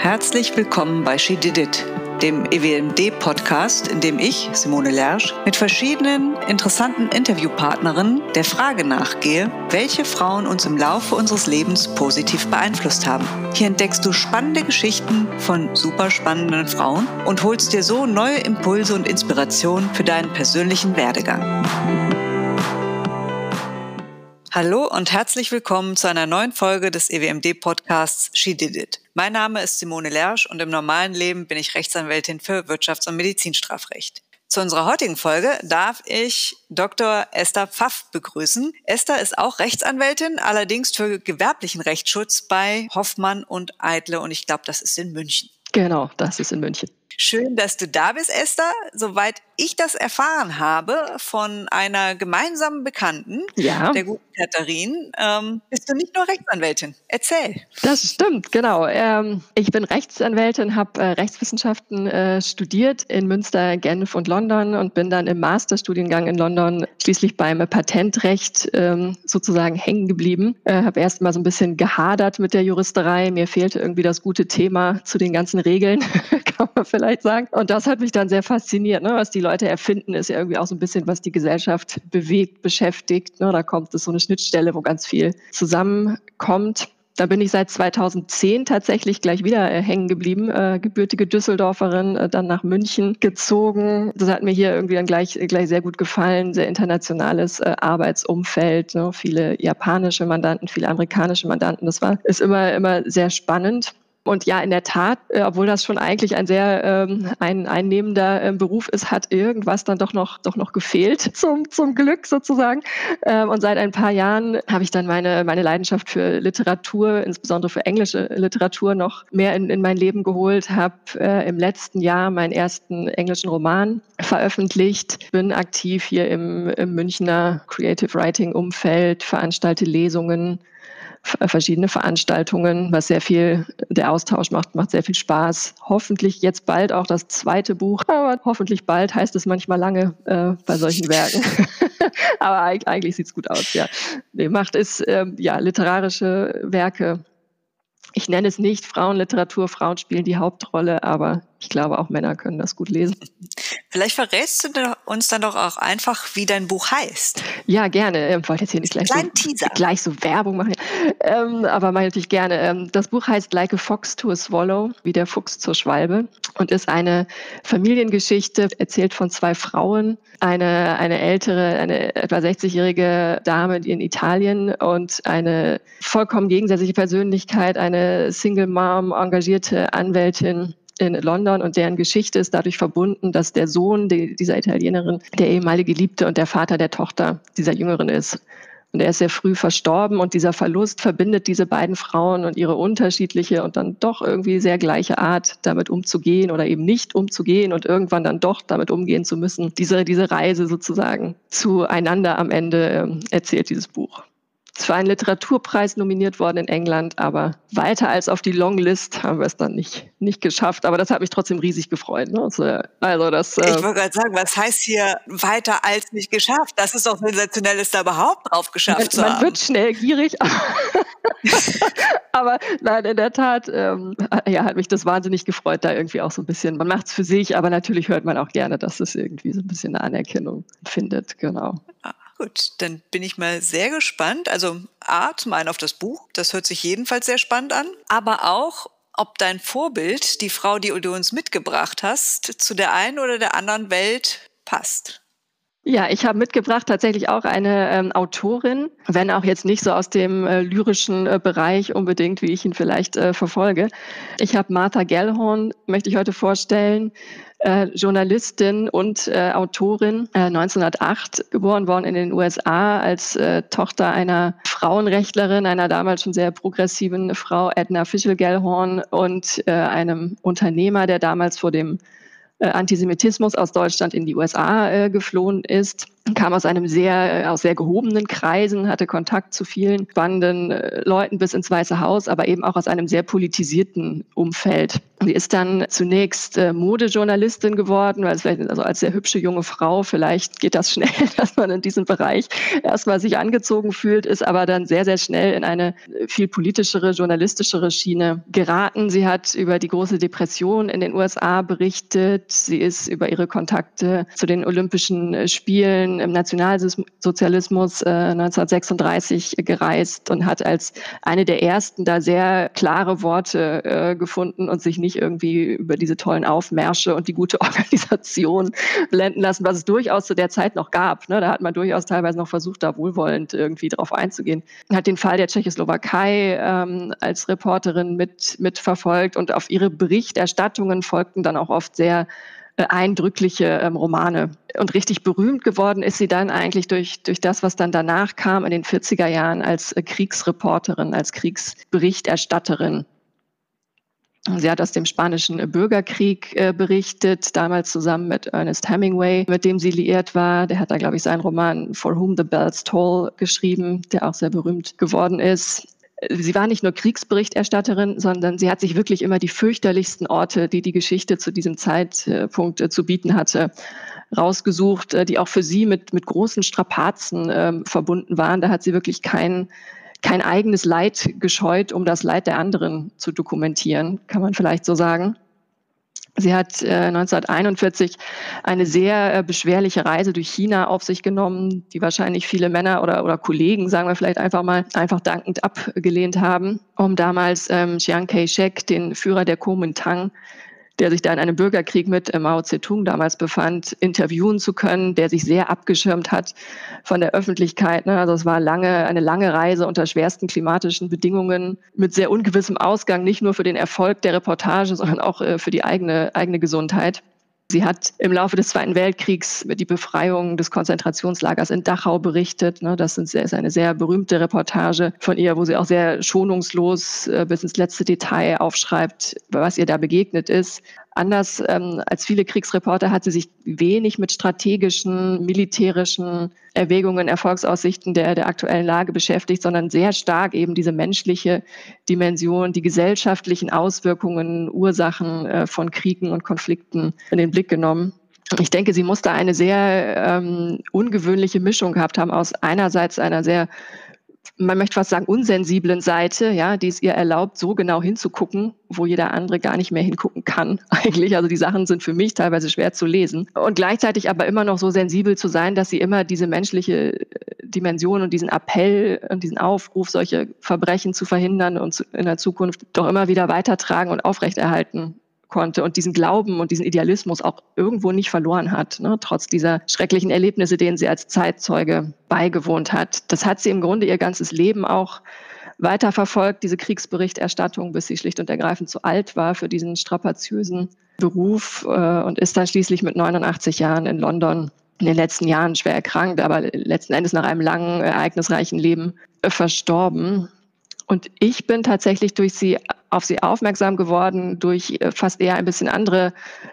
Herzlich willkommen bei She Did It, dem EWMD-Podcast, in dem ich, Simone Lersch, mit verschiedenen interessanten Interviewpartnerinnen der Frage nachgehe, welche Frauen uns im Laufe unseres Lebens positiv beeinflusst haben. Hier entdeckst du spannende Geschichten von super spannenden Frauen und holst dir so neue Impulse und Inspirationen für deinen persönlichen Werdegang. Hallo und herzlich willkommen zu einer neuen Folge des EWMD-Podcasts She Did It. Mein Name ist Simone Lersch und im normalen Leben bin ich Rechtsanwältin für Wirtschafts- und Medizinstrafrecht. Zu unserer heutigen Folge darf ich Dr. Esther Pfaff begrüßen. Esther ist auch Rechtsanwältin, allerdings für gewerblichen Rechtsschutz bei Hoffmann und Eitle und ich glaube, das ist in München. Genau, das ist in München. Schön, dass du da bist, Esther. Soweit ich das erfahren habe von einer gemeinsamen Bekannten, der guten Katharin, bist du nicht nur Rechtsanwältin. Erzähl. Das stimmt, genau. Ich bin Rechtsanwältin, habe Rechtswissenschaften studiert in Münster, Genf und London und bin dann im Masterstudiengang in London schließlich beim Patentrecht sozusagen hängen geblieben. Habe erst mal so ein bisschen gehadert mit der Juristerei. Mir fehlte irgendwie das gute Thema zu den ganzen Regeln, kann man vielleicht sagen. Und das hat mich dann sehr fasziniert. Ne? Was die Leute erfinden, ist ja irgendwie auch so ein bisschen, was die Gesellschaft bewegt, beschäftigt. Ne? Da kommt es so eine Schnittstelle, wo ganz viel zusammenkommt. Da bin ich seit 2010 tatsächlich gleich wieder hängen geblieben. Gebürtige Düsseldorferin, dann nach München gezogen. Das hat mir hier irgendwie dann gleich sehr gut gefallen. Sehr internationales Arbeitsumfeld. Ne? Viele japanische Mandanten, viele amerikanische Mandanten. Ist immer sehr spannend. Und ja, in der Tat, obwohl das schon eigentlich ein sehr einnehmender Beruf ist, hat irgendwas dann doch noch gefehlt, zum Glück sozusagen. Und seit ein paar Jahren habe ich dann meine Leidenschaft für Literatur, insbesondere für englische Literatur, noch mehr in mein Leben geholt. Habe im letzten Jahr meinen ersten englischen Roman veröffentlicht. Bin aktiv hier im Münchner Creative Writing Umfeld, veranstalte Lesungen, verschiedene Veranstaltungen, was sehr viel, der Austausch macht sehr viel Spaß. Hoffentlich jetzt bald auch das zweite Buch, aber hoffentlich bald heißt es manchmal lange bei solchen Werken. Aber eigentlich sieht's gut aus, ja. Macht es, literarische Werke. Ich nenne es nicht Frauenliteratur, Frauen spielen die Hauptrolle, aber ich glaube, auch Männer können das gut lesen. Vielleicht verrätst du uns dann doch auch einfach, wie dein Buch heißt. Ja, gerne. Ich wollte jetzt hier nicht gleich so Werbung machen, aber mache ich natürlich gerne. Das Buch heißt Like a Fox to a Swallow, wie der Fuchs zur Schwalbe, und ist eine Familiengeschichte, erzählt von zwei Frauen, eine ältere, eine etwa 60-jährige Dame in Italien und eine vollkommen gegensätzliche Persönlichkeit, eine Single Mom, engagierte Anwältin in London, und deren Geschichte ist dadurch verbunden, dass der Sohn dieser Italienerin der ehemalige Geliebte und der Vater der Tochter dieser Jüngeren ist. Und er ist sehr früh verstorben, und dieser Verlust verbindet diese beiden Frauen und ihre unterschiedliche und dann doch irgendwie sehr gleiche Art, damit umzugehen oder eben nicht umzugehen und irgendwann dann doch damit umgehen zu müssen. Diese Reise sozusagen zueinander am Ende erzählt dieses Buch. Es ist für einen Literaturpreis nominiert worden in England, aber weiter als auf die Longlist haben wir es dann nicht geschafft. Aber das hat mich trotzdem riesig gefreut. Ne? Ich wollte gerade sagen, was heißt hier weiter als nicht geschafft? Das ist doch sensationell, es da überhaupt drauf geschafft zu haben. Man wird schnell gierig, aber nein, in der Tat hat mich das wahnsinnig gefreut, da irgendwie auch so ein bisschen. Man macht es für sich, aber natürlich hört man auch gerne, dass es irgendwie so ein bisschen eine Anerkennung findet. Genau. Gut, dann bin ich mal sehr gespannt. Also zum einen auf das Buch, das hört sich jedenfalls sehr spannend an, aber auch, ob dein Vorbild, die Frau, die du uns mitgebracht hast, zu der einen oder der anderen Welt passt. Ja, ich habe mitgebracht tatsächlich auch eine Autorin, wenn auch jetzt nicht so aus dem lyrischen Bereich unbedingt, wie ich ihn vielleicht verfolge. Ich habe Martha Gellhorn, möchte ich heute vorstellen, Journalistin und Autorin, 1908 geboren worden in den USA als Tochter einer Frauenrechtlerin, einer damals schon sehr progressiven Frau, Edna Fischel Gellhorn, und einem Unternehmer, der damals vor dem Antisemitismus aus Deutschland in die USA geflohen ist. kam aus sehr gehobenen Kreisen, hatte Kontakt zu vielen spannenden Leuten bis ins Weiße Haus, aber eben auch aus einem sehr politisierten Umfeld. Sie ist dann zunächst Modejournalistin geworden, weil es vielleicht, also als sehr hübsche junge Frau, vielleicht geht das schnell, dass man in diesem Bereich erstmal sich angezogen fühlt, ist aber dann sehr, sehr schnell in eine viel politischere, journalistischere Schiene geraten. Sie hat über die große Depression in den USA berichtet. Sie ist über ihre Kontakte zu den Olympischen Spielen im Nationalsozialismus 1936 gereist und hat als eine der ersten da sehr klare Worte gefunden und sich nicht irgendwie über diese tollen Aufmärsche und die gute Organisation blenden lassen, was es durchaus zu der Zeit noch gab. Ne? Da hat man durchaus teilweise noch versucht, da wohlwollend irgendwie drauf einzugehen. Hat den Fall der Tschechoslowakei als Reporterin mitverfolgt und auf ihre Berichterstattungen folgten dann auch oft sehr eindrückliche Romane. Und richtig berühmt geworden ist sie dann eigentlich durch das, was dann danach kam in den 40er Jahren als Kriegsreporterin, als Kriegsberichterstatterin. Sie hat aus dem spanischen Bürgerkrieg berichtet, damals zusammen mit Ernest Hemingway, mit dem sie liiert war. Der hat da, glaube ich, seinen Roman For Whom the Bells Toll geschrieben, der auch sehr berühmt geworden ist. Sie war nicht nur Kriegsberichterstatterin, sondern sie hat sich wirklich immer die fürchterlichsten Orte, die die Geschichte zu diesem Zeitpunkt zu bieten hatte, rausgesucht, die auch für sie mit großen Strapazen verbunden waren. Da hat sie wirklich kein eigenes Leid gescheut, um das Leid der anderen zu dokumentieren, kann man vielleicht so sagen. Sie hat 1941 eine sehr beschwerliche Reise durch China auf sich genommen, die wahrscheinlich viele Männer oder Kollegen, sagen wir vielleicht einfach dankend abgelehnt haben, um damals Chiang Kai-shek, den Führer der Kuomintang, der sich da in einem Bürgerkrieg mit Mao Zedong damals befand, interviewen zu können, der sich sehr abgeschirmt hat von der Öffentlichkeit. Also es war eine lange Reise unter schwersten klimatischen Bedingungen mit sehr ungewissem Ausgang, nicht nur für den Erfolg der Reportage, sondern auch für die eigene Gesundheit. Sie hat im Laufe des Zweiten Weltkriegs über die Befreiung des Konzentrationslagers in Dachau berichtet. Das ist eine sehr berühmte Reportage von ihr, wo sie auch sehr schonungslos bis ins letzte Detail aufschreibt, was ihr da begegnet ist. Anders als viele Kriegsreporter hat sie sich wenig mit strategischen, militärischen Erwägungen, Erfolgsaussichten der aktuellen Lage beschäftigt, sondern sehr stark eben diese menschliche Dimension, die gesellschaftlichen Auswirkungen, Ursachen von Kriegen und Konflikten in den Blick genommen. Ich denke, sie muss da eine sehr ungewöhnliche Mischung gehabt haben aus einerseits einer sehr, man möchte fast sagen, unsensiblen Seite, ja, die es ihr erlaubt, so genau hinzugucken, wo jeder andere gar nicht mehr hingucken kann eigentlich. Also die Sachen sind für mich teilweise schwer zu lesen. Und gleichzeitig aber immer noch so sensibel zu sein, dass sie immer diese menschliche Dimension und diesen Appell und diesen Aufruf, solche Verbrechen zu verhindern und in der Zukunft doch immer wieder weitertragen und aufrechterhalten konnte und diesen Glauben und diesen Idealismus auch irgendwo nicht verloren hat, trotz dieser schrecklichen Erlebnisse, denen sie als Zeitzeuge beigewohnt hat. Das hat sie im Grunde ihr ganzes Leben auch weiterverfolgt, diese Kriegsberichterstattung, bis sie schlicht und ergreifend zu alt war für diesen strapaziösen Beruf und ist dann schließlich mit 89 Jahren in London in den letzten Jahren schwer erkrankt, aber letzten Endes nach einem langen, ereignisreichen Leben verstorben. Und ich bin tatsächlich auf sie aufmerksam geworden durch fast eher eine andere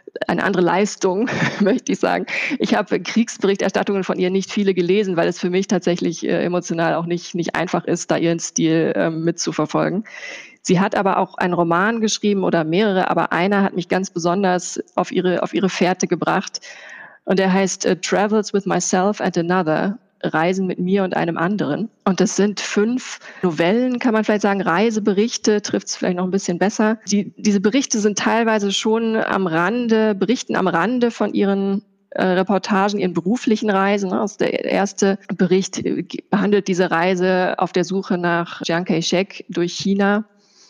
Leistung, möchte ich sagen. Ich habe Kriegsberichterstattungen von ihr nicht viele gelesen, weil es für mich tatsächlich emotional auch nicht einfach ist, da ihren Stil mitzuverfolgen. Sie hat aber auch einen Roman geschrieben oder mehrere, aber einer hat mich ganz besonders auf ihre Fährte gebracht. Und der heißt Travels with Myself and Another. Reisen mit mir und einem anderen. Und das sind 5 Novellen, kann man vielleicht sagen, Reiseberichte, trifft es vielleicht noch ein bisschen besser. Diese Berichte sind teilweise schon berichten am Rande von ihren Reportagen, ihren beruflichen Reisen. Also der erste Bericht behandelt diese Reise auf der Suche nach Chiang Kai-shek durch China,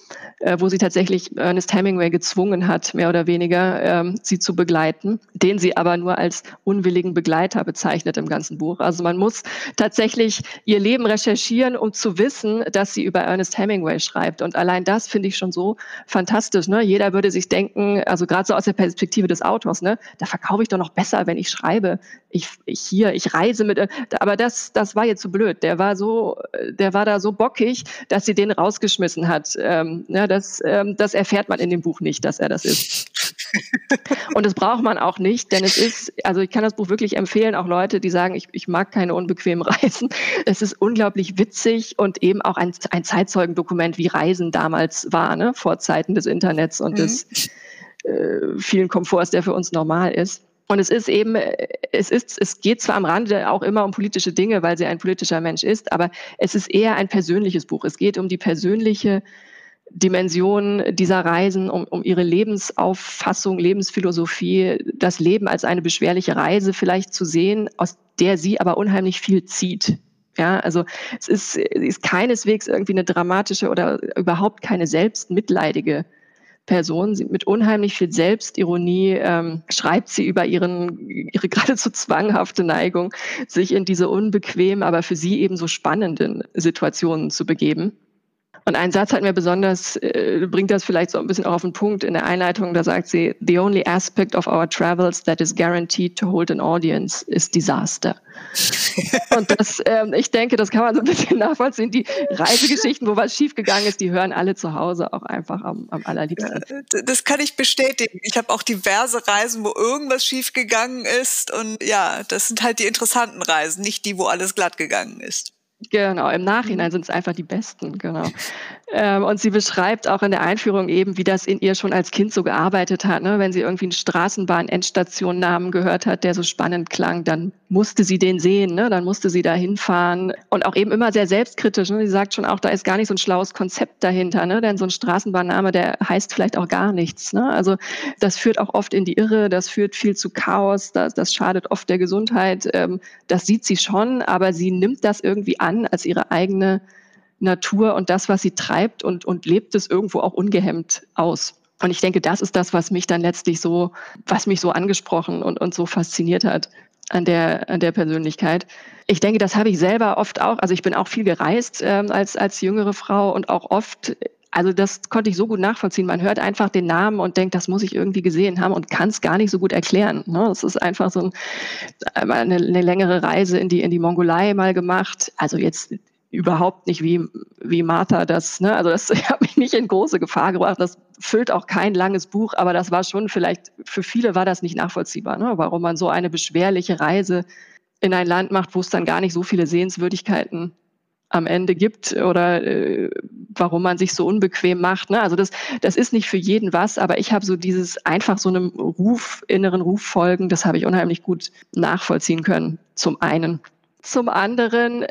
wo sie tatsächlich Ernest Hemingway gezwungen hat, mehr oder weniger sie zu begleiten, den sie aber nur als unwilligen Begleiter bezeichnet im ganzen Buch. Also man muss tatsächlich ihr Leben recherchieren, um zu wissen, dass sie über Ernest Hemingway schreibt. Und allein das finde ich schon so fantastisch. Jeder würde sich denken, also gerade so aus der Perspektive des Autors, da verkaufe ich doch noch besser, wenn ich schreibe. Ich reise mit, aber das war jetzt so blöd. Der war da so bockig, dass sie den rausgeschmissen hat. Das erfährt man in dem Buch nicht, dass er das ist. Und das braucht man auch nicht, denn es ist, also ich kann das Buch wirklich empfehlen, auch Leute, die sagen, ich mag keine unbequemen Reisen. Es ist unglaublich witzig und eben auch ein Zeitzeugendokument, wie Reisen damals war, ne? Vor Zeiten des Internets und des vielen Komforts, der für uns normal ist. Und es ist eben, es geht zwar am Rande auch immer um politische Dinge, weil sie ein politischer Mensch ist, aber es ist eher ein persönliches Buch. Es geht um die persönliche Dimension dieser Reisen, um ihre Lebensauffassung, Lebensphilosophie, das Leben als eine beschwerliche Reise vielleicht zu sehen, aus der sie aber unheimlich viel zieht. Ja, also sie ist keineswegs irgendwie eine dramatische oder überhaupt keine selbstmitleidige Person. Mit unheimlich viel Selbstironie schreibt sie über ihre geradezu zwanghafte Neigung, sich in diese unbequemen, aber für sie eben so spannenden Situationen zu begeben. Und ein Satz hat mir besonders, bringt das vielleicht so ein bisschen auch auf den Punkt in der Einleitung, da sagt sie, "The only aspect of our travels that is guaranteed to hold an audience is disaster." Und das, ich denke, das kann man so ein bisschen nachvollziehen. Die Reisegeschichten, wo was schiefgegangen ist, die hören alle zu Hause auch einfach am allerliebsten. Das kann ich bestätigen. Ich habe auch diverse Reisen, wo irgendwas schiefgegangen ist. Und ja, das sind halt die interessanten Reisen, nicht die, wo alles glatt gegangen ist. Genau, im Nachhinein sind es einfach die besten, genau. Und sie beschreibt auch in der Einführung eben, wie das in ihr schon als Kind so gearbeitet hat. Ne? Wenn sie irgendwie einen Straßenbahn-Endstationnamen gehört hat, der so spannend klang, dann musste sie den sehen, ne? Dann musste sie da hinfahren. Und auch eben immer sehr selbstkritisch. Ne? Sie sagt schon auch, da ist gar nicht so ein schlaues Konzept dahinter, ne? Denn so ein Straßenbahnname, der heißt vielleicht auch gar nichts. Ne? Also das führt auch oft in die Irre, das führt viel zu Chaos, das schadet oft der Gesundheit. Das sieht sie schon, aber sie nimmt das irgendwie an als ihre eigene Natur und das, was sie treibt und lebt es irgendwo auch ungehemmt aus. Und ich denke, das ist das, was mich dann letztlich was mich so angesprochen und so fasziniert hat an der Persönlichkeit. Ich denke, das habe ich selber oft auch, also ich bin auch viel gereist als jüngere Frau und auch oft, also das konnte ich so gut nachvollziehen. Man hört einfach den Namen und denkt, das muss ich irgendwie gesehen haben und kann es gar nicht so gut erklären. Ne? Das ist einfach so eine längere Reise in die Mongolei mal gemacht. Also jetzt überhaupt nicht wie Martha das, ne? Also das hat mich nicht in große Gefahr gebracht. Das füllt auch kein langes Buch, aber das war schon vielleicht, für viele war das nicht nachvollziehbar, ne? Warum man so eine beschwerliche Reise in ein Land macht, wo es dann gar nicht so viele Sehenswürdigkeiten am Ende gibt oder warum man sich so unbequem macht. Ne? Also das ist nicht für jeden was, aber ich habe so dieses einfach so einem inneren Ruf folgen, das habe ich unheimlich gut nachvollziehen können, zum einen. Zum anderen,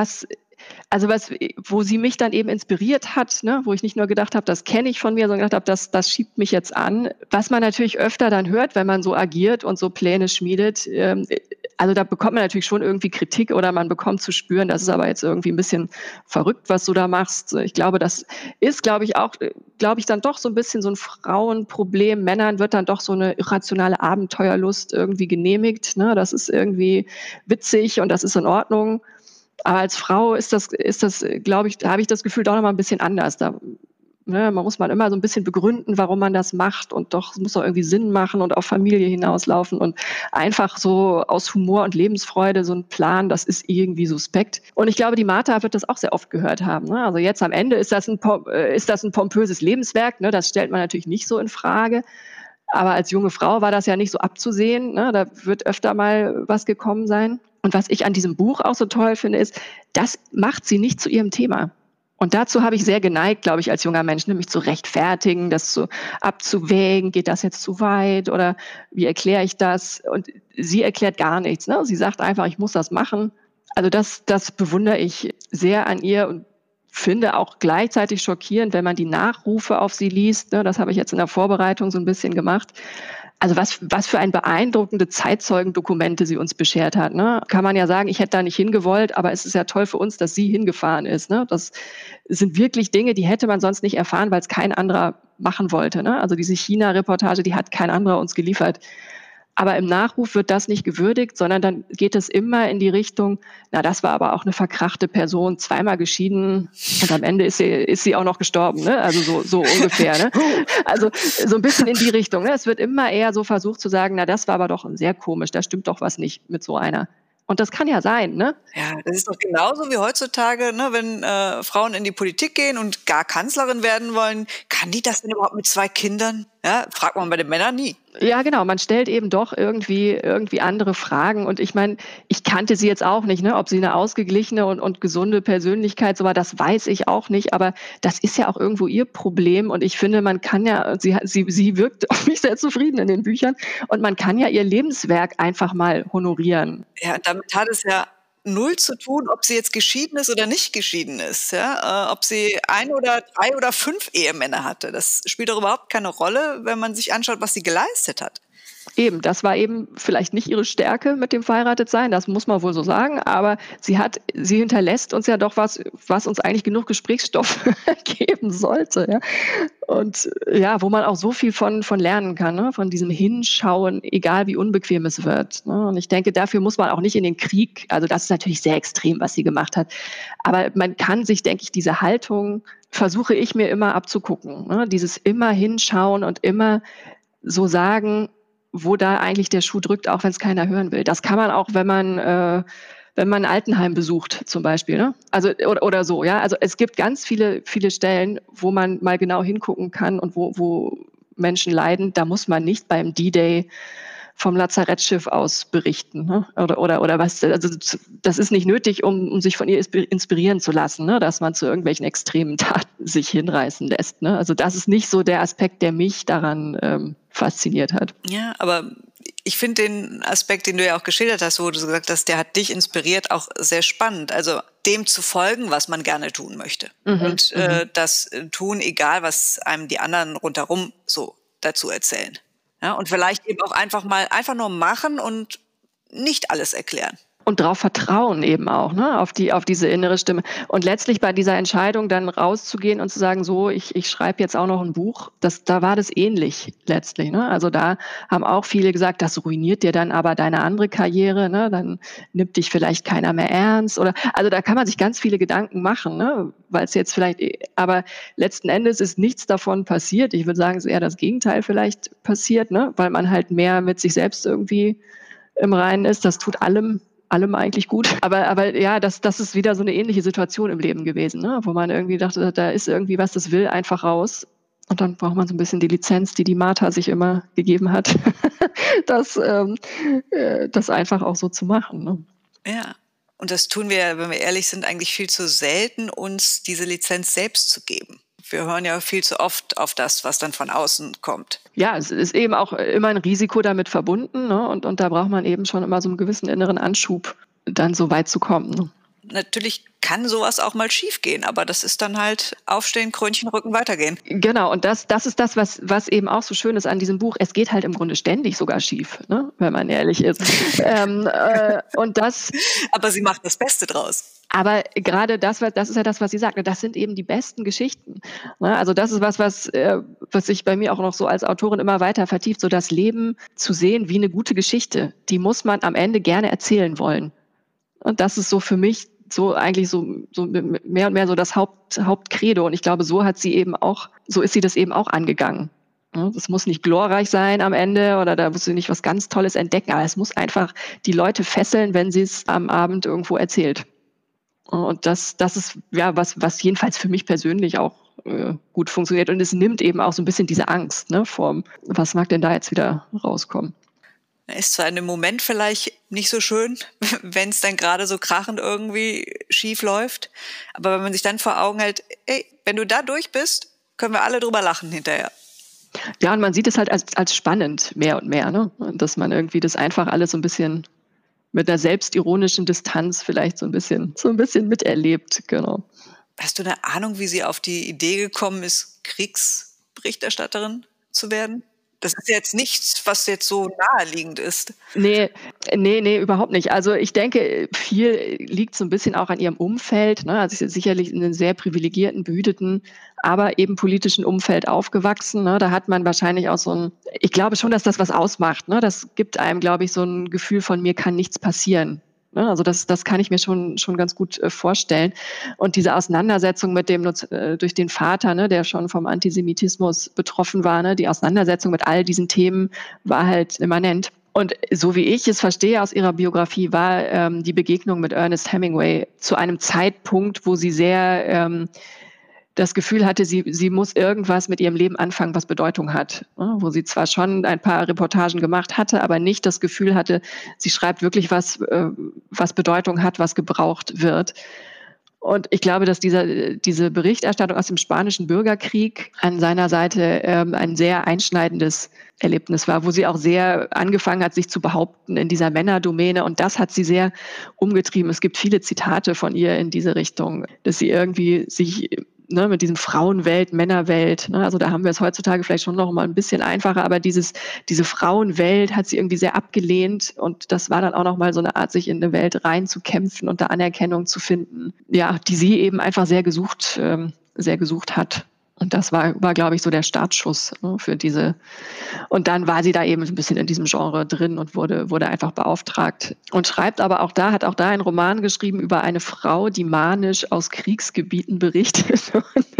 wo sie mich dann eben inspiriert hat, ne, wo ich nicht nur gedacht habe, das kenne ich von mir, sondern gedacht habe, das schiebt mich jetzt an. Was man natürlich öfter dann hört, wenn man so agiert und so Pläne schmiedet, also da bekommt man natürlich schon irgendwie Kritik oder man bekommt zu spüren, das ist aber jetzt irgendwie ein bisschen verrückt, was du da machst. Ich glaube, das ist, glaube ich, dann doch so ein bisschen so ein Frauenproblem. Männern wird dann doch so eine irrationale Abenteuerlust irgendwie genehmigt. Ne? Das ist irgendwie witzig und das ist in Ordnung. Aber als Frau ist das, glaube ich, da habe ich das Gefühl doch noch mal ein bisschen anders. Man muss immer so ein bisschen begründen, warum man das macht und doch, es muss doch irgendwie Sinn machen und auf Familie hinauslaufen und einfach so aus Humor und Lebensfreude so ein Plan, das ist irgendwie suspekt. Und ich glaube, die Martha wird das auch sehr oft gehört haben. Ne? Also jetzt am Ende ist das ein pompöses Lebenswerk, ne? Das stellt man natürlich nicht so in Frage. Aber als junge Frau war das ja nicht so abzusehen. Ne? Da wird öfter mal was gekommen sein. Und was ich an diesem Buch auch so toll finde, ist, das macht sie nicht zu ihrem Thema. Und dazu habe ich sehr geneigt, glaube ich, als junger Mensch, nämlich zu rechtfertigen, das so abzuwägen, geht das jetzt zu weit oder wie erkläre ich das? Und sie erklärt gar nichts. Ne? Sie sagt einfach, ich muss das machen. Also das bewundere ich sehr an ihr und finde auch gleichzeitig schockierend, wenn man die Nachrufe auf sie liest. Ne? Das habe ich jetzt in der Vorbereitung so ein bisschen gemacht. Also was für ein beeindruckende Zeitzeugendokumente sie uns beschert hat. Ne? Kann man ja sagen, ich hätte da nicht hingewollt, aber es ist ja toll für uns, dass sie hingefahren ist. Ne? Das sind wirklich Dinge, die hätte man sonst nicht erfahren, weil es kein anderer machen wollte. Ne? Also diese China-Reportage, die hat kein anderer uns geliefert. Aber im Nachruf wird das nicht gewürdigt, sondern dann geht es immer in die Richtung, na, das war aber auch eine verkrachte Person, zweimal geschieden und am Ende ist sie auch noch gestorben, ne? Also so ungefähr, ne? Also so ein bisschen in die Richtung, ne? Es wird immer eher so versucht zu sagen, na, das war aber doch sehr komisch, da stimmt doch was nicht mit so einer. Und das kann ja sein, ne? Ja, das ist doch genauso wie heutzutage, ne, wenn Frauen in die Politik gehen und gar Kanzlerin werden wollen. Kann die das denn überhaupt mit 2 Kindern? Ja, fragt man bei den Männern nie. Ja, genau. Man stellt eben doch irgendwie andere Fragen. Und ich meine, ich kannte sie jetzt auch nicht, ne? Ob sie eine ausgeglichene und gesunde Persönlichkeit so war, das weiß ich auch nicht. Aber das ist ja auch irgendwo ihr Problem. Und ich finde, man kann ja, sie wirkt auf mich sehr zufrieden in den Büchern. Und man kann ja ihr Lebenswerk einfach mal honorieren. Ja, damit hat es ja null zu tun, ob sie jetzt geschieden ist oder nicht geschieden ist, ja, ob sie 1 oder 3 oder 5 Ehemänner hatte. Das spielt doch überhaupt keine Rolle, wenn man sich anschaut, was sie geleistet hat. Eben, das war eben vielleicht nicht ihre Stärke mit dem Verheiratetsein, das muss man wohl so sagen, aber sie hinterlässt uns ja doch was uns eigentlich genug Gesprächsstoff geben sollte, ja. Und ja, wo man auch so viel von lernen kann, ne? Von diesem Hinschauen, egal wie unbequem es wird, ne? Und ich denke, dafür muss man auch nicht in den Krieg, also das ist natürlich sehr extrem, was sie gemacht hat, aber man kann sich, denke ich, diese Haltung versuche ich mir immer abzugucken, ne? Dieses immer hinschauen und immer so sagen, wo da eigentlich der Schuh drückt, auch wenn es keiner hören will. Das kann man auch, wenn man ein Altenheim besucht zum Beispiel, ne? Also oder so, ja. Also es gibt ganz viele Stellen, wo man mal genau hingucken kann und wo Menschen leiden. Da muss man nicht beim D-Day vom Lazarettschiff aus berichten, ne? Oder was. Also das ist nicht nötig, um sich von ihr inspirieren zu lassen, ne? Dass man zu irgendwelchen extremen Taten sich hinreißen lässt, ne? Also das ist nicht so der Aspekt, der mich daran fasziniert hat. Ja, aber ich finde den Aspekt, den du ja auch geschildert hast, wo du gesagt hast, der hat dich inspiriert, auch sehr spannend. Also dem zu folgen, was man gerne tun möchte. Und das tun, egal was einem die anderen rundherum so dazu erzählen. Ja, und vielleicht eben auch einfach nur machen und nicht alles erklären. Und darauf vertrauen eben auch, ne? Auf diese innere Stimme. Und letztlich bei dieser Entscheidung dann rauszugehen und zu sagen, so, ich schreibe jetzt auch noch ein Buch, da war das ähnlich letztlich, ne? Also da haben auch viele gesagt, das ruiniert dir dann aber deine andere Karriere, ne? Dann nimmt dich vielleicht keiner mehr ernst also da kann man sich ganz viele Gedanken machen, ne? Weil es jetzt aber letzten Endes ist nichts davon passiert. Ich würde sagen, es ist eher das Gegenteil vielleicht passiert, ne? Weil man halt mehr mit sich selbst irgendwie im Reinen ist. Das tut allem eigentlich gut. Aber ja, das ist wieder so eine ähnliche Situation im Leben gewesen, ne? Wo man irgendwie dachte, da ist irgendwie was, das will einfach raus. Und dann braucht man so ein bisschen die Lizenz, die Martha sich immer gegeben hat, das einfach auch so zu machen, ne? Ja, und das tun wir, wenn wir ehrlich sind, eigentlich viel zu selten, uns diese Lizenz selbst zu geben. Wir hören ja viel zu oft auf das, was dann von außen kommt. Ja, es ist eben auch immer ein Risiko damit verbunden, ne? Und da braucht man eben schon immer so einen gewissen inneren Anschub, dann so weit zu kommen, ne? Natürlich kann sowas auch mal schiefgehen, aber das ist dann halt aufstehen, Krönchen rücken, weitergehen. Genau, und das ist das, was eben auch so schön ist an diesem Buch. Es geht halt im Grunde ständig sogar schief, ne? Wenn man ehrlich ist. Und das. Aber sie macht das Beste draus. Aber gerade das ist ja das, was sie sagt. Das sind eben die besten Geschichten. Also das ist was sich bei mir auch noch so als Autorin immer weiter vertieft, so das Leben zu sehen wie eine gute Geschichte. Die muss man am Ende gerne erzählen wollen. Und das ist so für mich so eigentlich so mehr und mehr so das Hauptcredo. Und ich glaube, so ist sie das eben auch angegangen. Es muss nicht glorreich sein am Ende oder da muss sie nicht was ganz Tolles entdecken, aber es muss einfach die Leute fesseln, wenn sie es am Abend irgendwo erzählt. Und das ist ja was jedenfalls für mich persönlich auch gut funktioniert. Und es nimmt eben auch so ein bisschen diese Angst, ne, vor, was mag denn da jetzt wieder rauskommen. Ist zwar in dem Moment vielleicht nicht so schön, wenn es dann gerade so krachend irgendwie schief läuft, aber wenn man sich dann vor Augen hält, ey, wenn du da durch bist, können wir alle drüber lachen hinterher. Ja, und man sieht es halt als spannend mehr und mehr, ne? Dass man irgendwie das einfach alles so ein bisschen mit einer selbstironischen Distanz vielleicht so ein bisschen miterlebt, genau. Hast du eine Ahnung, wie sie auf die Idee gekommen ist, Kriegsberichterstatterin zu werden? Das ist jetzt nichts, was jetzt so naheliegend ist. Nee, überhaupt nicht. Also ich denke, viel liegt so ein bisschen auch an ihrem Umfeld, ne? Also sie ist sicherlich in einem sehr privilegierten, behüteten, aber eben politischen Umfeld aufgewachsen, ne? Da hat man wahrscheinlich auch ich glaube schon, dass das was ausmacht, ne? Das gibt einem, glaube ich, so ein Gefühl von, mir kann nichts passieren. Also das kann ich mir schon ganz gut vorstellen. Und diese Auseinandersetzung durch den Vater, ne, der schon vom Antisemitismus betroffen war, ne, die Auseinandersetzung mit all diesen Themen war halt immanent. Und so wie ich es verstehe aus ihrer Biografie, war die Begegnung mit Ernest Hemingway zu einem Zeitpunkt, wo sie sehr das Gefühl hatte, sie muss irgendwas mit ihrem Leben anfangen, was Bedeutung hat. Wo sie zwar schon ein paar Reportagen gemacht hatte, aber nicht das Gefühl hatte, sie schreibt wirklich was, was Bedeutung hat, was gebraucht wird. Und ich glaube, dass diese Berichterstattung aus dem Spanischen Bürgerkrieg an seiner Seite ein sehr einschneidendes Erlebnis war, wo sie auch sehr angefangen hat, sich zu behaupten in dieser Männerdomäne. Und das hat sie sehr umgetrieben. Es gibt viele Zitate von ihr in diese Richtung, dass sie irgendwie sich mit diesem Frauenwelt, Männerwelt, also da haben wir es heutzutage vielleicht schon noch mal ein bisschen einfacher, aber diese Frauenwelt hat sie irgendwie sehr abgelehnt und das war dann auch noch mal so eine Art, sich in eine Welt reinzukämpfen und da Anerkennung zu finden, ja, die sie eben einfach sehr gesucht hat. Und das war, glaube ich, so der Startschuss für diese. Und dann war sie da eben ein bisschen in diesem Genre drin und wurde einfach beauftragt. Und hat auch da einen Roman geschrieben über eine Frau, die manisch aus Kriegsgebieten berichtet.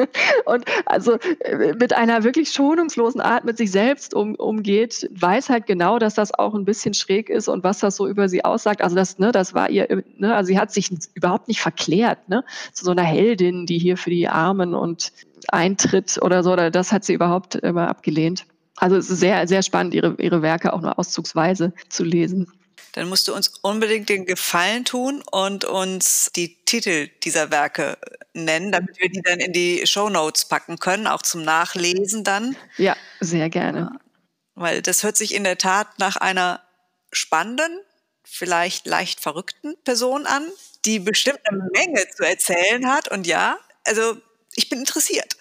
Und also mit einer wirklich schonungslosen Art mit sich selbst umgeht, weiß halt genau, dass das auch ein bisschen schräg ist und was das so über sie aussagt. Also das war ihr, also sie hat sich überhaupt nicht verklärt, zu so einer Heldin, die hier für die Armen und eintritt oder so, das hat sie überhaupt immer abgelehnt. Also es ist sehr, sehr spannend, ihre Werke auch nur auszugsweise zu lesen. Dann musst du uns unbedingt den Gefallen tun und uns die Titel dieser Werke nennen, damit wir die dann in die Shownotes packen können, auch zum Nachlesen dann. Ja, sehr gerne. Ja, weil das hört sich in der Tat nach einer spannenden, vielleicht leicht verrückten Person an, die bestimmt eine Menge zu erzählen hat. Und ja, also ich bin interessiert.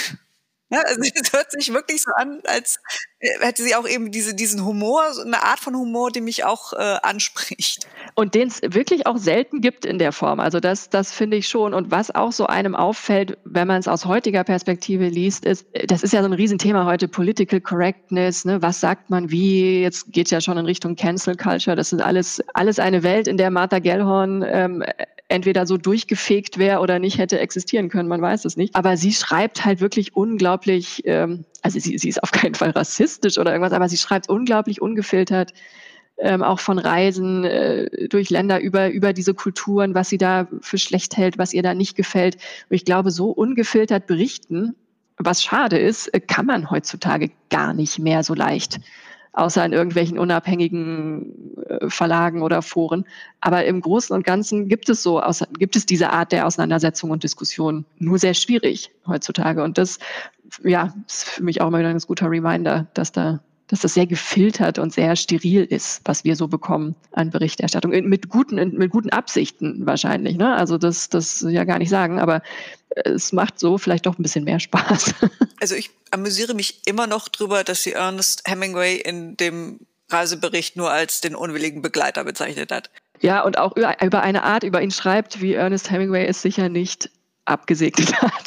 Ja, also es hört sich wirklich so an, als hätte sie auch eben diesen Humor, so eine Art von Humor, die mich auch anspricht. Und den es wirklich auch selten gibt in der Form. Also das finde ich schon. Und was auch so einem auffällt, wenn man es aus heutiger Perspektive liest, ist, das ist ja so ein Riesenthema heute, Political Correctness, was sagt man wie, jetzt geht es ja schon in Richtung Cancel Culture, das ist alles eine Welt, in der Martha Gellhorn entweder so durchgefegt wäre oder nicht hätte existieren können, man weiß es nicht. Aber sie schreibt halt wirklich unglaublich, also sie ist auf keinen Fall rassistisch oder irgendwas, aber sie schreibt unglaublich ungefiltert, auch von Reisen durch Länder über diese Kulturen, was sie da für schlecht hält, was ihr da nicht gefällt. Und ich glaube, so ungefiltert berichten, was schade ist, kann man heutzutage gar nicht mehr so leicht. Außer in irgendwelchen unabhängigen Verlagen oder Foren. Aber im Großen und Ganzen gibt es diese Art der Auseinandersetzung und Diskussion nur sehr schwierig heutzutage. Und das, ja, ist für mich auch immer wieder ein ganz guter Reminder, dass das sehr gefiltert und sehr steril ist, was wir so bekommen an Berichterstattung. Mit guten Absichten wahrscheinlich, ne? Also das ja gar nicht sagen, aber es macht so vielleicht doch ein bisschen mehr Spaß. Also ich amüsiere mich immer noch drüber, dass sie Ernest Hemingway in dem Reisebericht nur als den unwilligen Begleiter bezeichnet hat. Ja, und auch über eine Art über ihn schreibt, wie Ernest Hemingway es sicher nicht abgesegnet hat.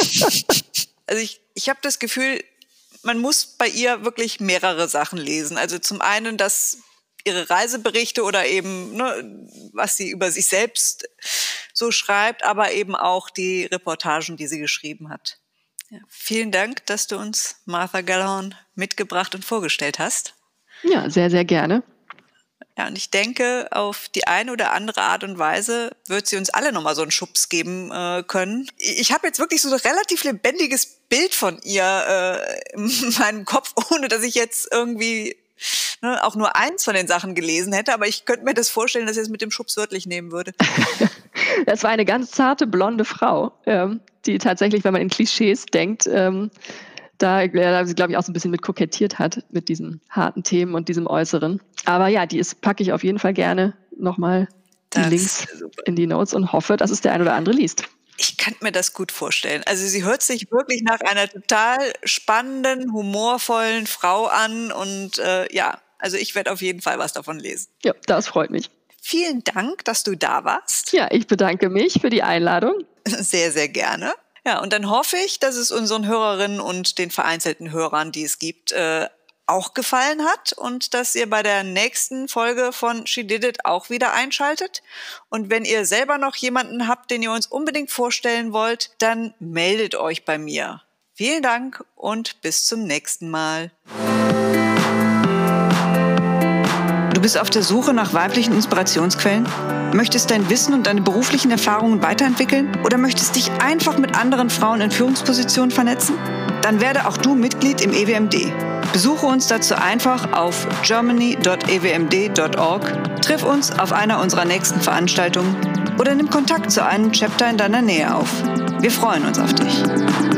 Also ich habe das Gefühl, man muss bei ihr wirklich mehrere Sachen lesen. Also zum einen, dass ihre Reiseberichte oder eben, was sie über sich selbst so schreibt, aber eben auch die Reportagen, die sie geschrieben hat. Ja, vielen Dank, dass du uns Martha Gellhorn mitgebracht und vorgestellt hast. Ja, sehr, sehr gerne. Ja, und ich denke, auf die eine oder andere Art und Weise wird sie uns alle nochmal so einen Schubs geben können. Ich habe jetzt wirklich so ein relativ lebendiges Bild von ihr in meinem Kopf, ohne dass ich jetzt irgendwie auch nur eins von den Sachen gelesen hätte. Aber ich könnte mir das vorstellen, dass ich es mit dem Schubs wörtlich nehmen würde. Das war eine ganz zarte, blonde Frau, die tatsächlich, wenn man in Klischees denkt, da glaube ich, auch so ein bisschen mit kokettiert hat, mit diesen harten Themen und diesem Äußeren. Aber ja, packe ich auf jeden Fall gerne nochmal die Links in die Notes und hoffe, dass es der ein oder andere liest. Ich kann mir das gut vorstellen. Also sie hört sich wirklich nach einer total spannenden, humorvollen Frau an und also ich werde auf jeden Fall was davon lesen. Ja, das freut mich. Vielen Dank, dass du da warst. Ja, ich bedanke mich für die Einladung. Sehr, sehr gerne. Ja, und dann hoffe ich, dass es unseren Hörerinnen und den vereinzelten Hörern, die es gibt, auch gefallen hat und dass ihr bei der nächsten Folge von She Did It auch wieder einschaltet. Und wenn ihr selber noch jemanden habt, den ihr uns unbedingt vorstellen wollt, dann meldet euch bei mir. Vielen Dank und bis zum nächsten Mal. du bist auf der Suche nach weiblichen Inspirationsquellen? Möchtest dein Wissen und deine beruflichen Erfahrungen weiterentwickeln? Oder möchtest dich einfach mit anderen Frauen in Führungspositionen vernetzen? Dann werde auch du Mitglied im EWMD. Besuche uns dazu einfach auf germany.ewmd.org, triff uns auf einer unserer nächsten Veranstaltungen oder nimm Kontakt zu einem Chapter in deiner Nähe auf. Wir freuen uns auf dich.